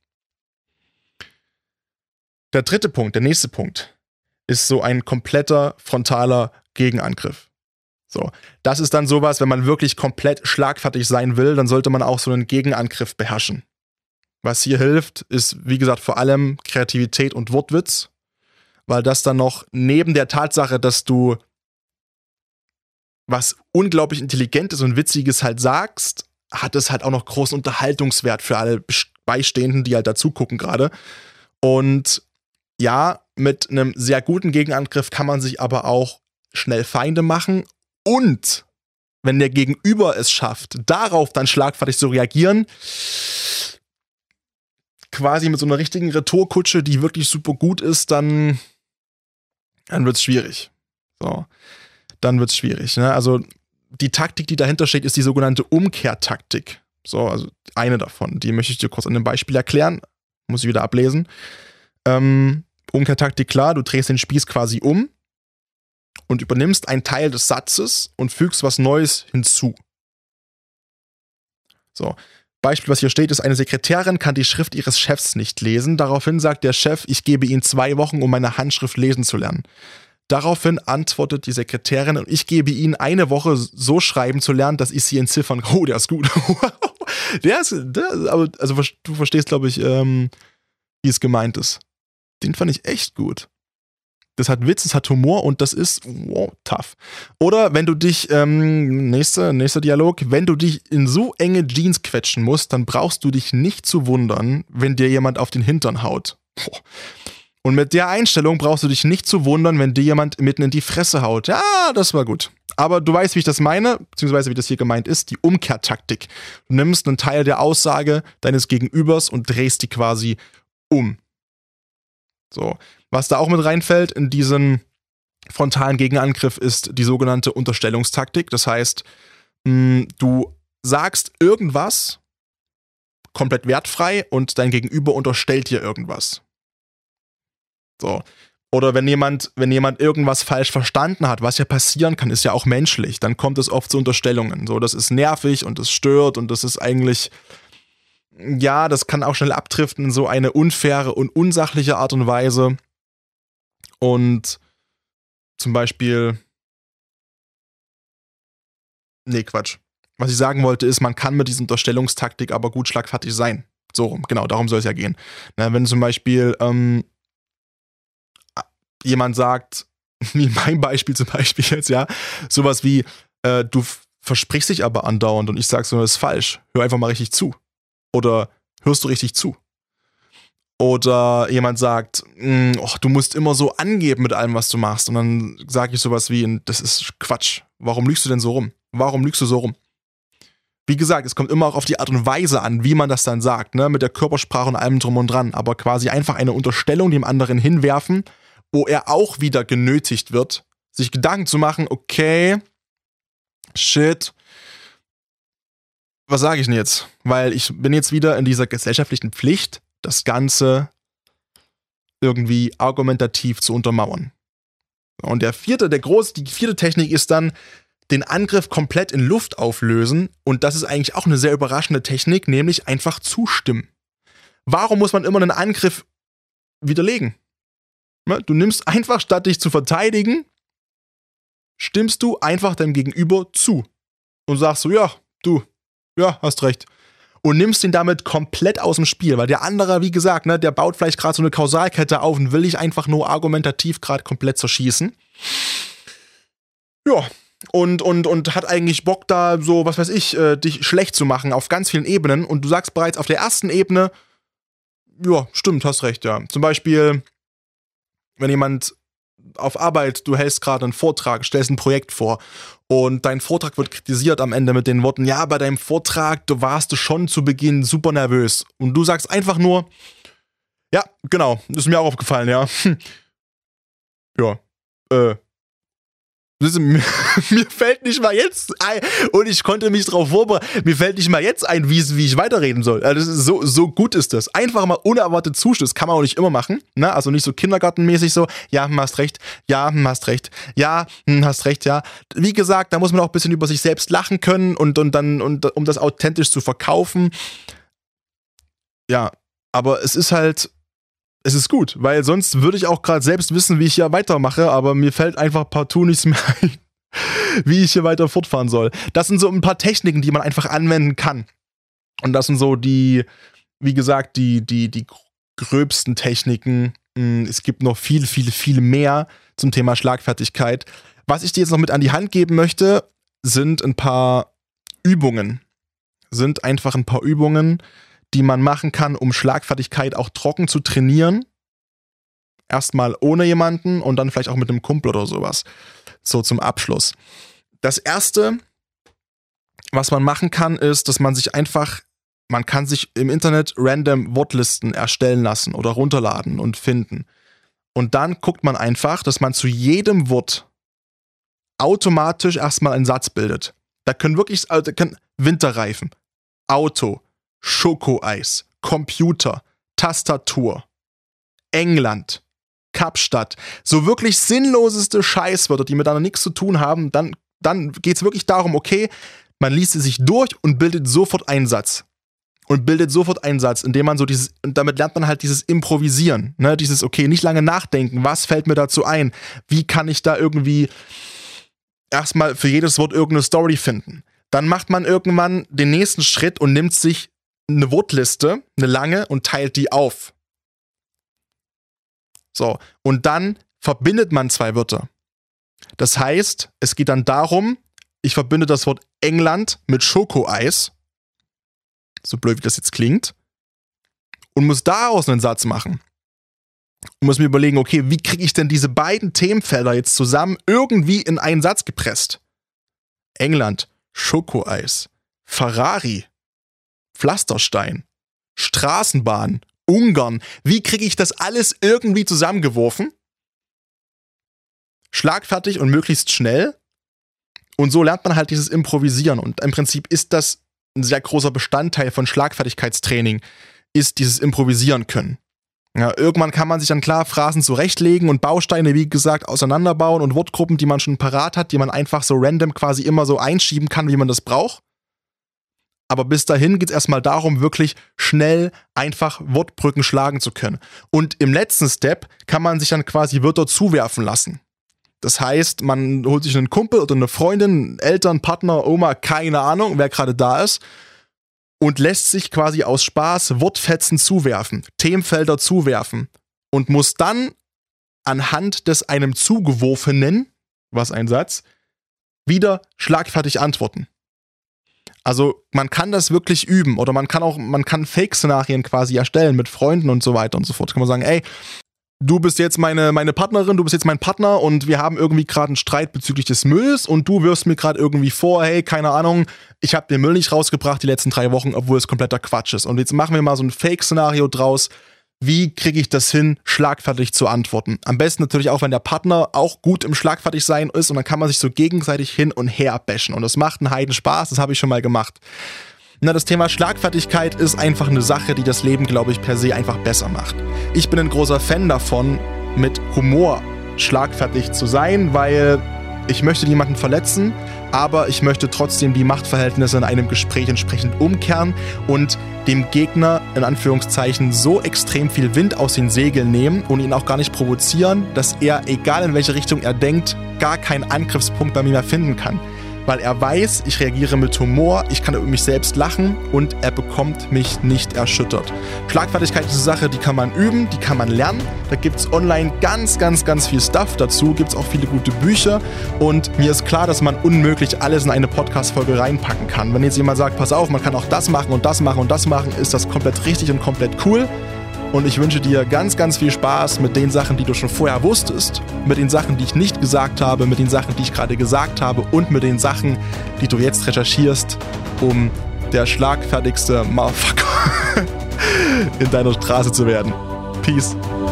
Der dritte Punkt, der nächste Punkt, ist so ein kompletter frontaler Gegenangriff. So, das ist dann sowas, wenn man wirklich komplett schlagfertig sein will, dann sollte man auch so einen Gegenangriff beherrschen. Was hier hilft, ist, wie gesagt, vor allem Kreativität und Wortwitz, weil das dann noch neben der Tatsache, dass du was unglaublich Intelligentes und Witziges halt sagst, hat es halt auch noch großen Unterhaltungswert für alle Beistehenden, die halt dazu gucken gerade. Und ja, mit einem sehr guten Gegenangriff kann man sich aber auch schnell Feinde machen. Und wenn der Gegenüber es schafft, darauf dann schlagfertig zu reagieren, quasi mit so einer richtigen Retourkutsche, die wirklich super gut ist, dann wird's schwierig. So, dann wird's schwierig. Ne? Also die Taktik, die dahinter steht, ist die sogenannte Umkehrtaktik. So, also eine davon. Die möchte ich dir kurz an einem Beispiel erklären. Muss ich wieder ablesen. Umkehrtaktik, klar, du drehst den Spieß quasi um und übernimmst einen Teil des Satzes und fügst was Neues hinzu. So, Beispiel, was hier steht, ist, eine Sekretärin kann die Schrift ihres Chefs nicht lesen. Daraufhin sagt der Chef, ich gebe Ihnen 2 Wochen, um meine Handschrift lesen zu lernen. Daraufhin antwortet die Sekretärin und ich gebe ihnen eine Woche so schreiben zu lernen, dass ich sie entziffern kann. Oh, der ist gut. Also du verstehst, glaube ich, wie es gemeint ist. Den fand ich echt gut. Das hat Witz, das hat Humor und das ist tough. Oder wenn du dich, nächster Dialog, wenn du dich in so enge Jeans quetschen musst, dann brauchst du dich nicht zu wundern, wenn dir jemand auf den Hintern haut. Und mit der Einstellung brauchst du dich nicht zu wundern, wenn dir jemand mitten in die Fresse haut. Ja, das war gut. Aber du weißt, wie ich das meine, beziehungsweise wie das hier gemeint ist, die Umkehrtaktik. Du nimmst einen Teil der Aussage deines Gegenübers und drehst die quasi um. So. Was da auch mit reinfällt in diesen frontalen Gegenangriff ist die sogenannte Unterstellungstaktik. Das heißt, du sagst irgendwas komplett wertfrei und dein Gegenüber unterstellt dir irgendwas. So. Oder wenn jemand irgendwas falsch verstanden hat, was ja passieren kann, ist ja auch menschlich, dann kommt es oft zu Unterstellungen. So, das ist nervig und das stört und das ist eigentlich, ja, das kann auch schnell abdriften in so eine unfaire und unsachliche Art und Weise. Und zum Beispiel, was ich sagen wollte ist, man kann mit dieser Unterstellungstaktik aber gut schlagfertig sein. So rum, genau, darum soll es ja gehen. Na, wenn zum Beispiel jemand sagt, wie mein Beispiel zum Beispiel jetzt, ja, sowas wie, du versprichst dich aber andauernd und ich sag so, das ist falsch, hör einfach mal richtig zu. Oder hörst du richtig zu? Oder jemand sagt, du musst immer so angeben mit allem, was du machst. Und dann sage ich sowas wie, das ist Quatsch. Warum lügst du denn so rum? Warum lügst du so rum? Wie gesagt, es kommt immer auch auf die Art und Weise an, wie man das dann sagt, ne? Mit der Körpersprache und allem drum und dran. Aber quasi einfach eine Unterstellung dem anderen hinwerfen, wo er auch wieder genötigt wird, sich Gedanken zu machen, okay, shit, was sage ich denn jetzt? Weil ich bin jetzt wieder in dieser gesellschaftlichen Pflicht, das Ganze irgendwie argumentativ zu untermauern. Und die vierte Technik ist dann, den Angriff komplett in Luft auflösen. Und das ist eigentlich auch eine sehr überraschende Technik, nämlich einfach zustimmen. Warum muss man immer einen Angriff widerlegen? Du nimmst einfach, statt dich zu verteidigen, stimmst du einfach deinem Gegenüber zu. Und sagst so, ja, hast recht. Und nimmst ihn damit komplett aus dem Spiel, weil der andere, wie gesagt, ne, der baut vielleicht gerade so eine Kausalkette auf und will dich einfach nur argumentativ gerade komplett zerschießen. Ja, und hat eigentlich Bock da so, was weiß ich, dich schlecht zu machen auf ganz vielen Ebenen und du sagst bereits auf der ersten Ebene, ja, stimmt, hast recht, ja. Zum Beispiel, wenn jemand auf Arbeit, du hältst gerade einen Vortrag, stellst ein Projekt vor und dein Vortrag wird kritisiert am Ende mit den Worten, ja, bei deinem Vortrag, du warst schon zu Beginn super nervös und du sagst einfach nur, ja, genau, ist mir auch aufgefallen, ja. Ja, mir fällt nicht mal jetzt ein, und ich konnte mich drauf vorbereiten, mir fällt nicht mal jetzt ein, wie ich weiterreden soll. Also das ist so gut ist das. Einfach mal unerwartet zustimmen, das kann man auch nicht immer machen, ne? Also nicht so kindergartenmäßig so, ja, hast recht, ja, hast recht, ja, hast recht, ja. Wie gesagt, da muss man auch ein bisschen über sich selbst lachen können und um das authentisch zu verkaufen. Ja, aber es ist gut, weil sonst würde ich auch gerade selbst wissen, wie ich hier weitermache, aber mir fällt einfach partout nichts mehr ein, wie ich hier weiter fortfahren soll. Das sind so ein paar Techniken, die man einfach anwenden kann. Und das sind so die gröbsten Techniken. Es gibt noch viel, viel, viel mehr zum Thema Schlagfertigkeit. Was ich dir jetzt noch mit an die Hand geben möchte, sind ein paar Übungen. Die man machen kann, um Schlagfertigkeit auch trocken zu trainieren. Erstmal ohne jemanden und dann vielleicht auch mit einem Kumpel oder sowas. So zum Abschluss. Das Erste, was man machen kann, ist, dass man kann sich im Internet random Wortlisten erstellen lassen oder runterladen und finden. Und dann guckt man einfach, dass man zu jedem Wort automatisch erstmal einen Satz bildet. Da können Winterreifen, Auto, Schokoeis, Computer, Tastatur, England, Kapstadt, so wirklich sinnloseste Scheißwörter, die miteinander nichts zu tun haben, dann geht's wirklich darum, okay, man liest sie sich durch und bildet sofort einen Satz. und bildet sofort einen Satz, indem man und damit lernt man halt dieses Improvisieren, ne? Dieses, okay, nicht lange nachdenken, was fällt mir dazu ein, wie kann ich da irgendwie erstmal für jedes Wort irgendeine Story finden. Dann macht man irgendwann den nächsten Schritt und nimmt sich eine Wortliste, eine lange, und teilt die auf. So, und dann verbindet man 2 Wörter. Das heißt, es geht dann darum, ich verbinde das Wort England mit Schokoeis, so blöd wie das jetzt klingt, und muss daraus einen Satz machen. Und muss mir überlegen, okay, wie kriege ich denn diese beiden Themenfelder jetzt zusammen irgendwie in einen Satz gepresst? England, Schokoeis, Ferrari, Pflasterstein, Straßenbahn, Ungarn. Wie kriege ich das alles irgendwie zusammengeworfen? Schlagfertig und möglichst schnell. Und so lernt man halt dieses Improvisieren. Und im Prinzip ist das ein sehr großer Bestandteil von Schlagfertigkeitstraining, ist dieses Improvisieren können. Ja, irgendwann kann man sich dann klar Phrasen zurechtlegen und Bausteine, wie gesagt, auseinanderbauen und Wortgruppen, die man schon parat hat, die man einfach so random quasi immer so einschieben kann, wie man das braucht. Aber bis dahin geht es erstmal darum, wirklich schnell einfach Wortbrücken schlagen zu können. Und im letzten Step kann man sich dann quasi Wörter zuwerfen lassen. Das heißt, man holt sich einen Kumpel oder eine Freundin, Eltern, Partner, Oma, keine Ahnung, wer gerade da ist, und lässt sich quasi aus Spaß Wortfetzen zuwerfen, Themenfelder zuwerfen und muss dann anhand des einem zugeworfenen, was ein Satz, wieder schlagfertig antworten. Also man kann das wirklich üben oder man kann Fake-Szenarien quasi erstellen mit Freunden und so weiter und so fort. Kann man sagen, ey, du bist jetzt meine Partnerin, du bist jetzt mein Partner und wir haben irgendwie gerade einen Streit bezüglich des Mülls und du wirfst mir gerade irgendwie vor, hey, keine Ahnung, ich habe den Müll nicht rausgebracht die letzten 3 Wochen, obwohl es kompletter Quatsch ist. Und jetzt machen wir mal so ein Fake-Szenario draus. Wie kriege ich das hin, schlagfertig zu antworten? Am besten natürlich auch, wenn der Partner auch gut im Schlagfertigsein ist und dann kann man sich so gegenseitig hin und her bashen. Und das macht einen Heidenspaß, das habe ich schon mal gemacht. Na, das Thema Schlagfertigkeit ist einfach eine Sache, die das Leben, glaube ich, per se einfach besser macht. Ich bin ein großer Fan davon, mit Humor schlagfertig zu sein, weil ich möchte niemanden verletzen, aber ich möchte trotzdem die Machtverhältnisse in einem Gespräch entsprechend umkehren und dem Gegner, in Anführungszeichen, so extrem viel Wind aus den Segeln nehmen und ihn auch gar nicht provozieren, dass er, egal in welche Richtung er denkt, gar keinen Angriffspunkt bei mir mehr finden kann. Weil er weiß, ich reagiere mit Humor, ich kann über mich selbst lachen und er bekommt mich nicht erschüttert. Schlagfertigkeit ist eine Sache, die kann man üben, die kann man lernen. Da gibt es online ganz, ganz, ganz viel Stuff dazu, gibt es auch viele gute Bücher und mir ist klar, dass man unmöglich alles in eine Podcast-Folge reinpacken kann. Wenn jetzt jemand sagt, pass auf, man kann auch das machen und das machen und das machen, ist das komplett richtig und komplett cool. Und ich wünsche dir ganz, ganz viel Spaß mit den Sachen, die du schon vorher wusstest, mit den Sachen, die ich nicht gesagt habe, mit den Sachen, die ich gerade gesagt habe und mit den Sachen, die du jetzt recherchierst, um der schlagfertigste Motherfucker in deiner Straße zu werden. Peace.